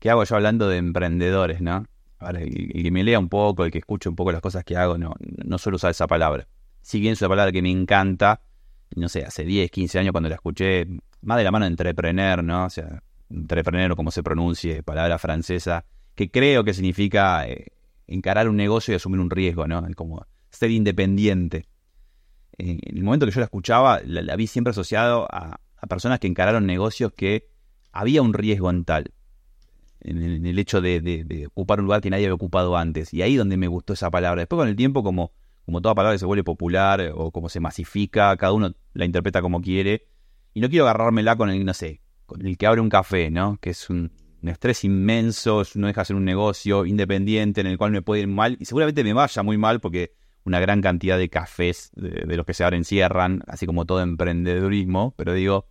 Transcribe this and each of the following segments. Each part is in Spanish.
¿qué hago yo hablando de emprendedores, no? Ahora, el que me lea un poco, el que escuche un poco las cosas que hago, no suelo usar esa palabra. Si bien es una palabra que me encanta, no sé, hace 10, 15 años cuando la escuché, más de la mano de entrepreneur, ¿no? O sea, entrepreneur o como se pronuncie, palabra francesa, que creo que significa encarar un negocio y asumir un riesgo, ¿no? Como ser independiente. En el momento que yo la escuchaba, la vi siempre asociado a personas que encararon negocios que había un riesgo en tal, en el hecho de ocupar un lugar que nadie había ocupado antes. Y ahí donde me gustó esa palabra. Después con el tiempo, como toda palabra que se vuelve popular o como se masifica, cada uno la interpreta como quiere. Y no quiero agarrármela con el, no sé, con el que abre un café, ¿no? Que es un estrés inmenso, no deja de ser un negocio independiente en el cual me puede ir mal. Y seguramente me vaya muy mal porque una gran cantidad de cafés de los que se abren cierran, así como todo emprendedurismo. Pero digo,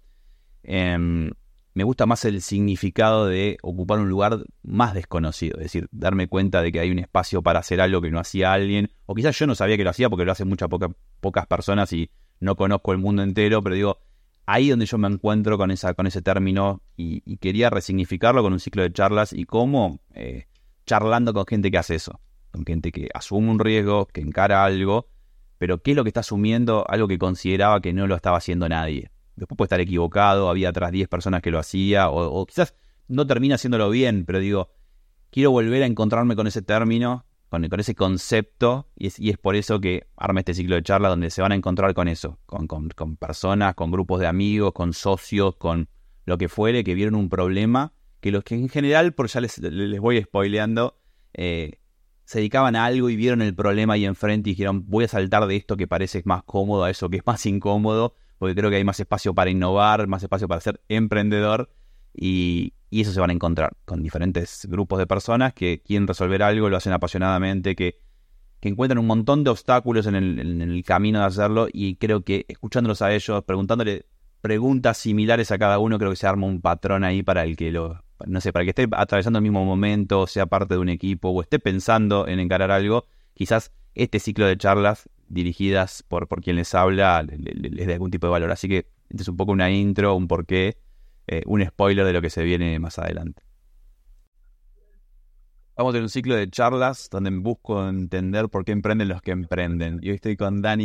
me gusta más el significado de ocupar un lugar más desconocido, es decir, darme cuenta de que hay un espacio para hacer algo que no hacía alguien, o quizás yo no sabía que lo hacía porque lo hacen pocas personas y no conozco el mundo entero, pero digo, ahí donde yo me encuentro con ese término y quería resignificarlo con un ciclo de charlas y cómo charlando con gente que hace eso, con gente que asume un riesgo, que encara algo, pero qué es lo que está asumiendo, algo que consideraba que no lo estaba haciendo nadie. Después puede estar equivocado, había atrás 10 personas que lo hacía, o quizás no termina haciéndolo bien, pero digo, quiero volver a encontrarme con ese término, con ese concepto, y es por eso que arma este ciclo de charla donde se van a encontrar con eso, con personas, con grupos de amigos, con socios, con lo que fuere, que vieron un problema, que los que en general, por ya les voy spoileando, se dedicaban a algo y vieron el problema ahí enfrente y dijeron, voy a saltar de esto que parece más cómodo a eso que es más incómodo, porque creo que hay más espacio para innovar, más espacio para ser emprendedor, y eso se van a encontrar con diferentes grupos de personas que quieren resolver algo, lo hacen apasionadamente, que encuentran un montón de obstáculos en el camino de hacerlo, y creo que escuchándolos a ellos, preguntándole preguntas similares a cada uno, creo que se arma un patrón ahí para el que no sé, para el que esté atravesando el mismo momento, sea parte de un equipo o esté pensando en encarar algo, quizás este ciclo de charlas dirigidas por quien les habla les dé algún tipo de valor. Así que este es un poco una intro, un porqué, un spoiler de lo que se viene más adelante. Vamos a tener un ciclo de charlas donde busco entender por qué emprenden los que emprenden. Y hoy estoy con Dani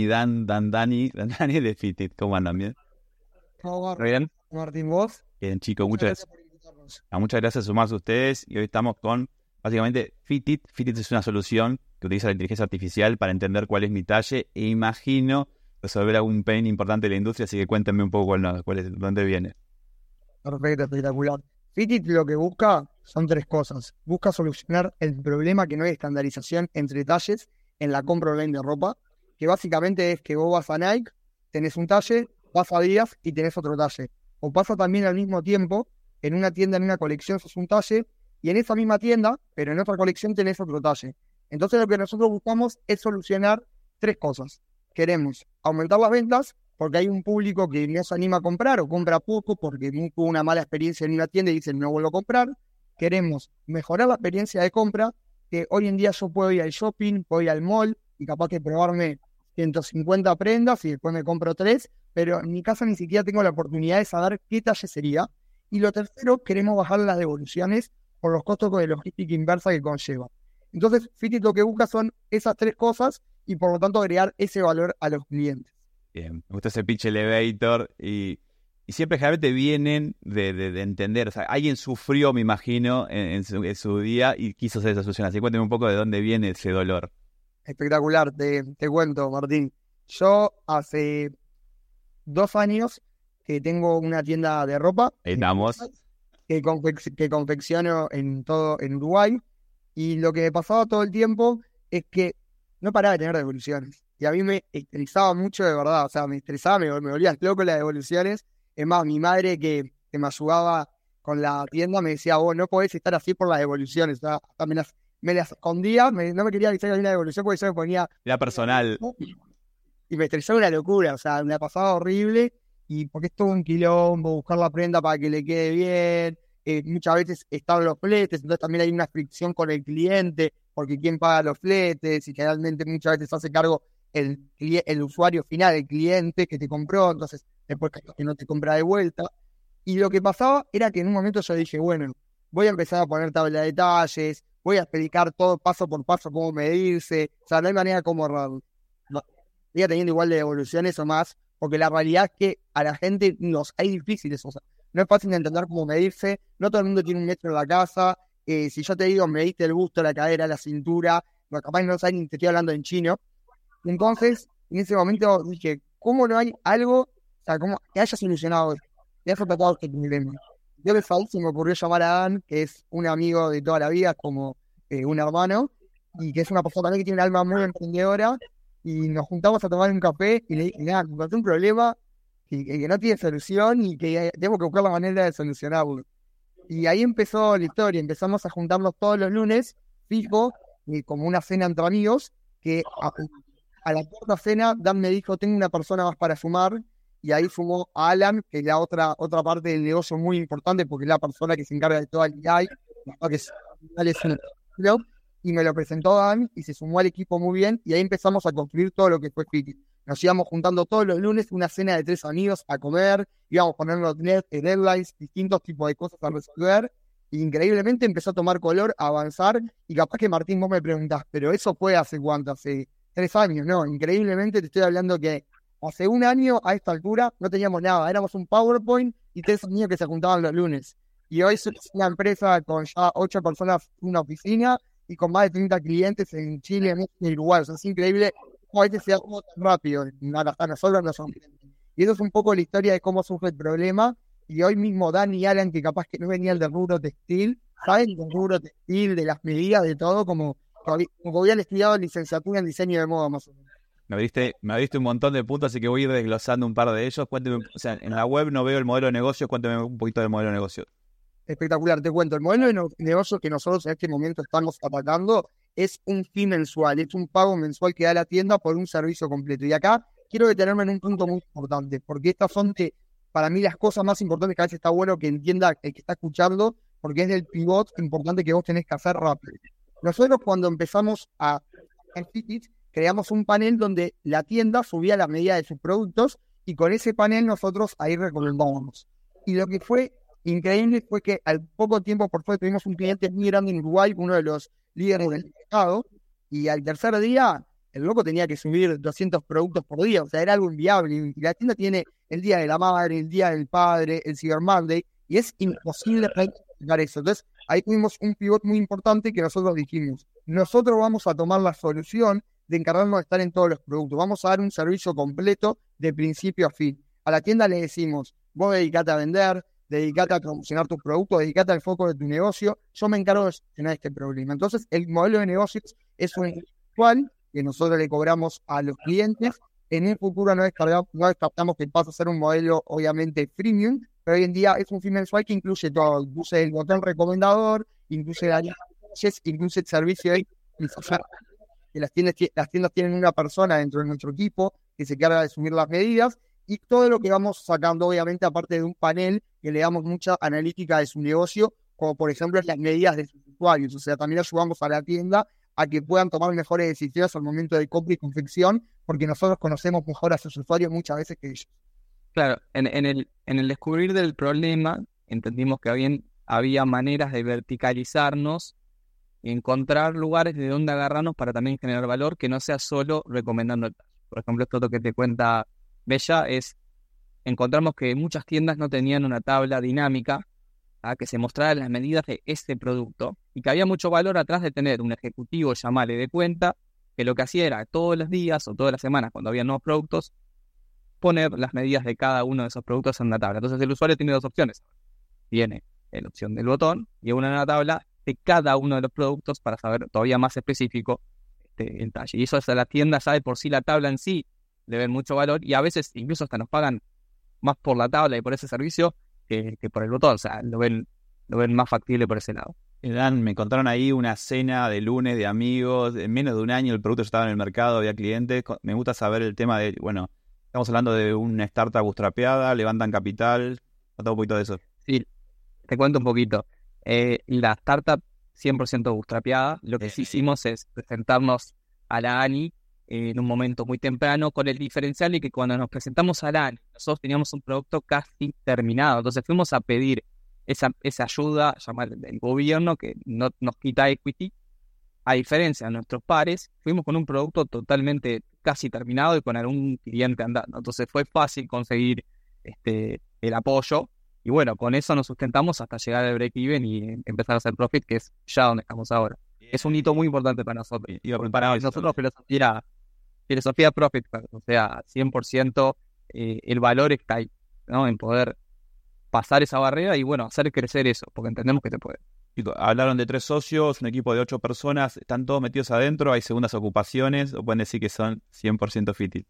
de Fitit. ¿Cómo andan? ¿Bien? ¿Cómo ¿Muy bien? Martín, vos? Bien, chicos, Muchas gracias por invitarnos. muchas gracias por sumarse ustedes. Y hoy estamos con, básicamente, Fitit. Fitit es una solución que utiliza la inteligencia artificial para entender cuál es mi talle e imagino resolver algún pain importante de la industria. Así que cuéntenme un poco dónde viene. Perfecto, espectacular. Fitted lo que busca son tres cosas. Busca solucionar el problema que no hay estandarización entre talles en la compra online de ropa, que básicamente es que vos vas a Nike, tenés un talle, vas a Adidas y tenés otro talle. O pasa también al mismo tiempo, en una tienda, en una colección sos un talle, y en esa misma tienda, pero en otra colección tenés otro talle. Entonces lo que nosotros buscamos es solucionar tres cosas. Queremos aumentar las ventas, porque hay un público que no se anima a comprar o compra poco porque tuvo una mala experiencia en una tienda y dicen no vuelvo a comprar. Queremos mejorar la experiencia de compra, que hoy en día yo puedo ir al shopping, puedo ir al mall y capaz que probarme 150 prendas y después me compro 3, pero en mi casa ni siquiera tengo la oportunidad de saber qué talle sería. Y lo tercero, queremos bajar las devoluciones por los costos de logística inversa que conlleva. Entonces, Fitted lo que busca son esas tres cosas y por lo tanto agregar ese valor a los clientes. Bien, me gusta ese pitch elevator y siempre generalmente vienen de entender, o sea, alguien sufrió, me imagino, en su día y quiso hacer esa solución. Así que cuénteme un poco de dónde viene ese dolor. Espectacular, te cuento, Martín. Yo hace 2 años que tengo una tienda de ropa Ahí estamos. que confecciono en Uruguay, y lo que me pasaba todo el tiempo es que no paraba de tener devoluciones. Y a mí me estresaba mucho, de verdad. O sea, me estresaba, me volvía loco las devoluciones. Es más, mi madre que me ayudaba con la tienda me decía, vos no podés estar así por las devoluciones. O sea, hasta me las escondía, no me quería avisar que había una devolución porque yo me ponía... Era personal. Y me estresaba una locura, o sea, me pasaba horrible, y porque es todo un quilombo, buscar la prenda para que le quede bien, muchas veces están los fletes, entonces también hay una fricción con el cliente, porque quién paga los fletes, y generalmente muchas veces hace cargo el usuario final, el cliente que te compró, entonces después que no te compra de vuelta. Y lo que pasaba era que en un momento yo dije, bueno, voy a empezar a poner tabla de detalles, voy a explicar todo paso por paso cómo medirse, o sea, no hay manera como errarlo. Sigue teniendo igual de evoluciones o más, porque la realidad es que a la gente hay difíciles, o sea, no es fácil de entender cómo medirse, no todo el mundo tiene un metro en la casa, si yo te digo, mediste el busto, la cadera, la cintura, bueno, capaz no sabes ni te estoy hablando en chino. Entonces, en ese momento dije, ¿cómo no hay algo, o sea, cómo que haya solucionado esto? Que haya tratado este problema. Yo de ahí se me ocurrió llamar a Dan, que es un amigo de toda la vida, como un hermano, y que es una persona también que tiene un alma muy emprendedora, y nos juntamos a tomar un café y le dije, nada, encontré un problema que no tiene solución y que tengo que buscar la manera de solucionarlo. Y ahí empezó la historia, empezamos a juntarnos todos los lunes, fijo, como una cena entre amigos, que a la cuarta cena Dan me dijo, tengo una persona más para sumar, y ahí sumó a Alan, que es la otra parte del negocio muy importante, porque es la persona que se encarga de toda el AI, que es un club, y me lo presentó Dan, y se sumó al equipo muy bien, y ahí empezamos a construir todo lo que fue Fiti. Nos íbamos juntando todos los lunes, una cena de 3 amigos a comer, íbamos poniendo deadlines, distintos tipos de cosas a resolver, y increíblemente empezó a tomar color, a avanzar, y capaz que Martín, vos me preguntás, pero eso fue hace cuánto, hace 3 años, no, increíblemente te estoy hablando que hace un año a esta altura no teníamos nada, éramos un PowerPoint y 3 amigos que se juntaban los lunes, y hoy somos una empresa con ya 8 personas en una oficina, y con más de 30 clientes en Chile, México y Uruguay, o sea, es increíble cómo a veces se da todo tan rápido, hasta nosotros nos sorprende. Y eso es un poco la historia de cómo surge el problema, y hoy mismo Dan y Alan, que capaz que no venían del rubro textil, saben del rubro textil, de las medidas, de todo, como habían estudiado licenciatura en diseño de moda más o menos. Me abriste un montón de puntos, así que voy a ir desglosando un par de ellos. Cuénteme, o sea, en la web no veo el modelo de negocio, cuénteme un poquito del modelo de negocio. Espectacular, te cuento, el modelo de negocio que nosotros en este momento estamos atacando es un fee mensual, es un pago mensual que da la tienda por un servicio completo. Y acá quiero detenerme en un punto muy importante, porque estas son para mí las cosas más importantes que a veces está bueno que entienda el que está escuchando, porque es el pivot importante que vos tenés que hacer rápido. Nosotros cuando empezamos a hacer Fitbit, creamos un panel donde la tienda subía la medida de sus productos y con ese panel nosotros ahí recomendábamos. Y lo que fue increíble fue que al poco tiempo, por suerte, tuvimos un cliente muy grande en Uruguay, uno de los líderes del mercado, y al tercer día el loco tenía que subir 200 productos por día, o sea, era algo inviable. Y la tienda tiene el Día de la Madre, el Día del Padre, el Cyber Monday, y es imposible practicar eso. Entonces, ahí tuvimos un pivot muy importante que nosotros dijimos, nosotros vamos a tomar la solución de encargarnos de estar en todos los productos, vamos a dar un servicio completo de principio a fin. A la tienda le decimos, vos dedicate a vender, dedicate a promocionar tus productos, dedicate al foco de tu negocio, yo me encargo de solucionar este problema. Entonces, el modelo de negocios es un actual que nosotros le cobramos a los clientes. En el futuro no descartamos que pase a ser un modelo, obviamente, freemium, pero hoy en día es un fee mensual que incluye todo, incluye el botón recomendador, incluye incluye el servicio de que las tiendas tienen una persona dentro de nuestro equipo que se encarga de asumir las medidas, y todo lo que vamos sacando, obviamente, aparte de un panel que le damos mucha analítica de su negocio, como por ejemplo las medidas de sus usuarios. O sea, también ayudamos a la tienda a que puedan tomar mejores decisiones al momento de compra y confección, porque nosotros conocemos mejor a sus usuarios muchas veces que ellos. Claro, en el descubrir del problema, entendimos que había maneras de verticalizarnos y encontrar lugares de donde agarrarnos para también generar valor, que no sea solo recomendando el talle. Por ejemplo, esto que te cuenta Bella encontramos que muchas tiendas no tenían una tabla dinámica que se mostraran las medidas de este producto y que había mucho valor atrás de tener un ejecutivo, llamarle de cuenta, que lo que hacía era todos los días o todas las semanas, cuando había nuevos productos, poner las medidas de cada uno de esos productos en una tabla. Entonces el usuario tiene dos opciones. Tiene la opción del botón y una nueva tabla de cada uno de los productos para saber todavía más específico el talle. Y eso es, la tienda ya de por sí, la tabla en sí le ven mucho valor y a veces incluso hasta nos pagan más por la tabla y por ese servicio que por el botón. O sea, lo ven más factible por ese lado. Dan, me contaron ahí una cena de lunes de amigos, en menos de un año el producto ya estaba en el mercado, había clientes. Me gusta saber el tema de, bueno, estamos hablando de una startup bootstrapeada, levantan capital, cuéntame un poquito de eso. Sí, te cuento un poquito. La startup 100% bootstrapeada, lo que sí hicimos es presentarnos a la ANI en un momento muy temprano, con el diferencial de que cuando nos presentamos a la ANI, nosotros teníamos un producto casi terminado, entonces fuimos a pedir esa ayuda, llamar el gobierno, que no nos quita equity. A diferencia de nuestros pares, fuimos con un producto totalmente casi terminado y con algún cliente andando. Entonces fue fácil conseguir el apoyo. Y bueno, con eso nos sustentamos hasta llegar al break-even y empezar a hacer profit, que es ya donde estamos ahora. Es un hito muy importante para nosotros. Para nosotros, filosofía profit, o sea, 100% el valor está ahí, ¿no? En poder pasar esa barrera y bueno, hacer crecer eso, porque entendemos que se puede. Hablaron de 3 socios, un equipo de 8 personas, ¿están todos metidos adentro? ¿Hay segundas ocupaciones? ¿O pueden decir que son 100% Fitit?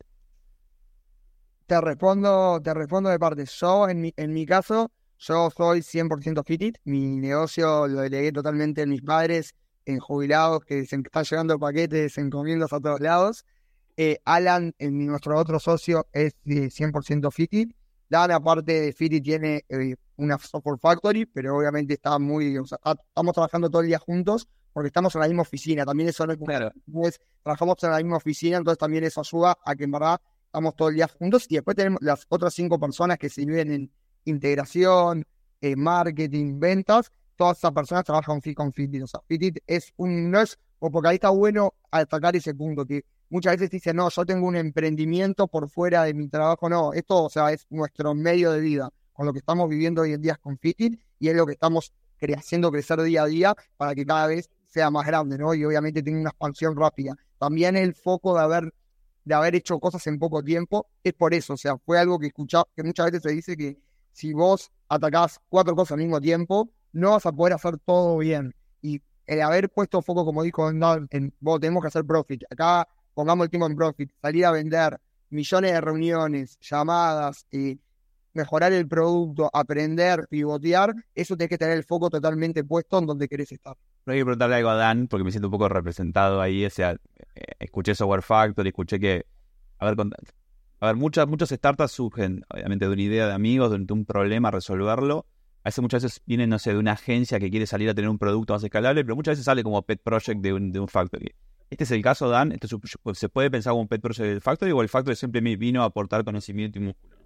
Te respondo de parte. Yo, en mi caso, yo soy 100% Fitit. Mi negocio lo delegué totalmente en mis padres, en jubilados que se están llevando paquetes, encomiendas a todos lados. Alan, nuestro otro socio, es 100% Fitit. Dan, aparte de Fitit, tiene una software factory, pero obviamente estamos trabajando todo el día juntos porque estamos en la misma oficina. También eso no es Claro. trabajamos en la misma oficina, entonces también eso ayuda a que en verdad estamos todo el día juntos. Y después tenemos las otras 5 personas que se dividen en integración, marketing, ventas. Todas esas personas trabajan con Fitit. O sea, Fitit no es, o porque ahí está bueno atacar ese punto, que muchas veces dicen, no, yo tengo un emprendimiento por fuera de mi trabajo. No, esto, o sea, es nuestro medio de vida. Con lo que estamos viviendo hoy en día con Fitit y es lo que estamos haciendo crecer día a día para que cada vez sea más grande, ¿no? Y obviamente tiene una expansión rápida. También el foco de haber hecho cosas en poco tiempo es por eso. O sea, fue algo que que muchas veces se dice que si vos atacás 4 cosas al mismo tiempo, no vas a poder hacer todo bien. Y el haber puesto foco, como dijo Dan, vos tenemos que hacer profit. Acá pongamos el tiempo en profit, salir a vender, millones de reuniones, llamadas, mejorar el producto, aprender, pivotear, eso tenés que tener el foco totalmente puesto en donde querés estar. Pero hay que preguntarle algo a Dan, porque me siento un poco representado ahí. O sea, escuché Software Factory, escuché que... A ver, muchas startups surgen, obviamente, de una idea de amigos, de un problema, resolverlo. A veces muchas veces vienen, no sé, de una agencia que quiere salir a tener un producto más escalable, pero muchas veces sale como pet project de un factory. ¿Este es el caso, Dan? ¿Se puede pensar como un pet project del factory o el factory siempre me vino a aportar conocimiento y músculo?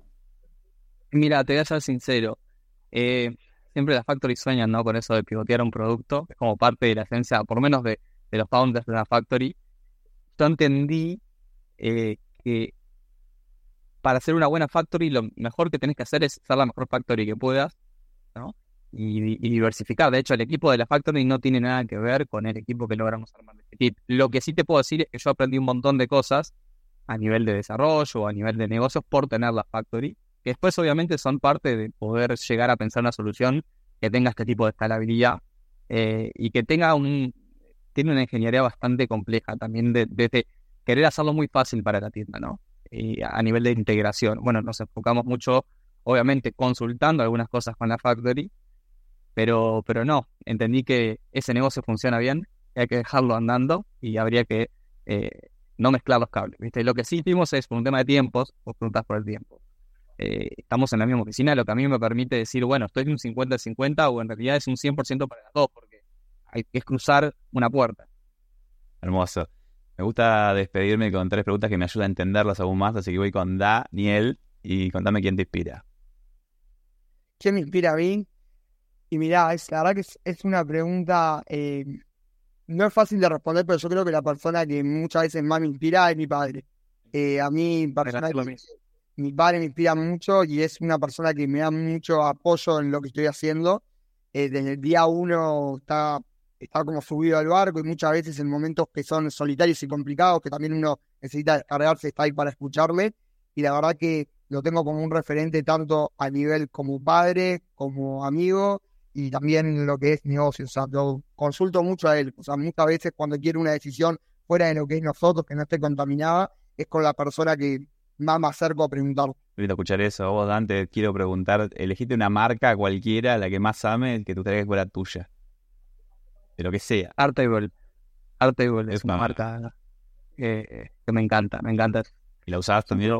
Mira, te voy a ser sincero. Siempre las factory sueñan, ¿no? Con eso de pivotear un producto. Es como parte de la esencia, por lo menos de los founders de la factory. Yo entendí que para hacer una buena factory, lo mejor que tenés que hacer es ser la mejor factory que puedas, ¿no? Y diversificar. De hecho, el equipo de la factory no tiene nada que ver con el equipo que logramos armar de Fitit. Lo que sí te puedo decir es que yo aprendí un montón de cosas a nivel de desarrollo, a nivel de negocios, por tener la factory, que después obviamente son parte de poder llegar a pensar una solución que tenga este tipo de escalabilidad y que tiene una ingeniería bastante compleja también desde querer hacerlo muy fácil para la tienda, ¿no? Y a nivel de integración. Bueno, nos enfocamos mucho, obviamente, consultando algunas cosas con la factory, pero no, entendí que ese negocio funciona bien, hay que dejarlo andando y habría que no mezclar los cables, ¿viste? Lo que sí hicimos es por un tema de tiempos, vos preguntás por el tiempo. Estamos en la misma oficina, lo que a mí me permite decir, bueno, estoy en un 50-50 o en realidad es un 100% para las dos, porque hay que cruzar una puerta. Hermoso. Me gusta despedirme con 3 preguntas que me ayudan a entenderlas aún más, así que voy con Daniel y contame quién te inspira. ¿Quién me inspira a mí? Y mirá, la verdad que es una pregunta, no es fácil de responder, pero yo creo que la persona que muchas veces más me inspira es mi padre. A mí, personalmente, mi padre me inspira mucho y es una persona que me da mucho apoyo en lo que estoy haciendo. Desde el día 1 está como subido al barco y muchas veces en momentos que son solitarios y complicados, que también uno necesita descargarse, está ahí para escucharme. Y la verdad que lo tengo como un referente tanto a nivel como padre, como amigo y también en lo que es negocio. O sea, lo consulto mucho a él. O sea, muchas veces cuando quiero una decisión fuera de lo que es nosotros, que no esté contaminada, es con la persona que más me acerco a preguntar. Lindo escuchar eso. Vos, Dante, quiero preguntar, elegiste una marca cualquiera, la que más ames, que tú crees que fuera tuya. De lo que sea. Artable es una marca que me encanta. ¿Y la usás también?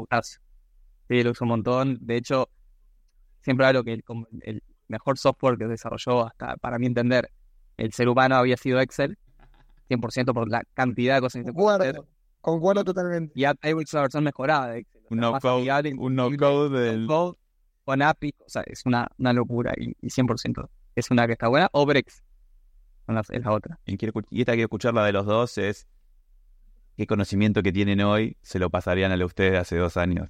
Sí, lo uso un montón. De hecho, siempre hablo que el mejor software que desarrolló, hasta para mi entender, el ser humano había sido Excel, 100% por la cantidad de cosas que se puede hacer. Concuerdo totalmente. Y Artable es una versión mejorada de Excel. Un no-code del... No-code, con API, o sea, es una locura y 100% es una que está buena. O Brex es la otra. Y esta quiero escuchar la de los dos, es qué conocimiento que tienen hoy se lo pasarían a la ustedes de hace 2 años.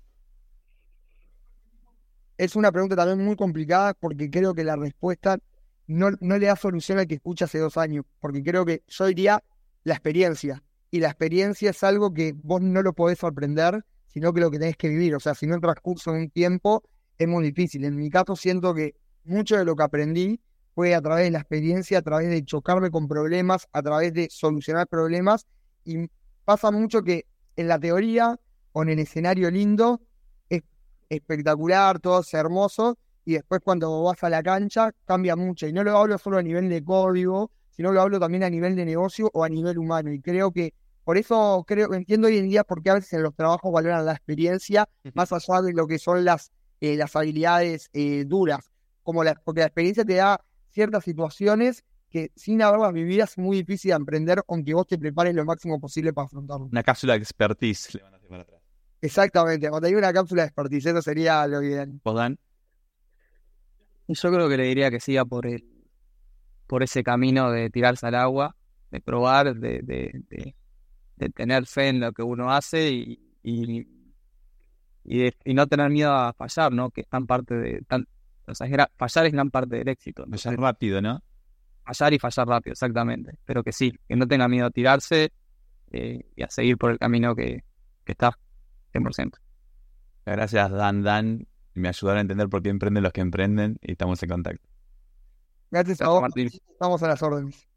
Es una pregunta también muy complicada porque creo que la respuesta no le da solución al que escucha hace 2 años, porque creo que yo diría la experiencia, y la experiencia es algo que vos no lo podés aprender, sino que lo que tenés que vivir. O sea, si no en transcurso de un tiempo es muy difícil. En mi caso siento que mucho de lo que aprendí fue a través de la experiencia, a través de chocarme con problemas, a través de solucionar problemas, y pasa mucho que en la teoría o en el escenario lindo es espectacular, todo es hermoso, y después cuando vas a la cancha cambia mucho. Y no lo hablo solo a nivel de código, sino lo hablo también a nivel de negocio o a nivel humano. Y creo que, por eso entiendo hoy en día por qué a veces en los trabajos valoran la experiencia más allá de lo que son las habilidades duras. Porque la experiencia te da ciertas situaciones que sin haberlas vivido es muy difícil de emprender, aunque vos te prepares lo máximo posible para afrontarlo. Una cápsula de expertise le van a hacer para atrás. Exactamente, cuando hay una cápsula de expertise, eso sería lo ideal. ¿Vos, Dan? Yo creo que le diría que siga por ese camino de tirarse al agua, de probar, de tener fe en lo que uno hace y no tener miedo a fallar, ¿no? Que es tan parte o sea, fallar es gran parte del éxito. Entonces, Fallar rápido, ¿no? fallar y fallar rápido, exactamente. Pero que sí, que no tenga miedo a tirarse y a seguir por el camino que está 100%. Gracias, Dan. Me ayudaron a entender por qué emprenden los que emprenden y estamos en contacto. Gracias a Gracias, vos, Martín. estamos a las órdenes.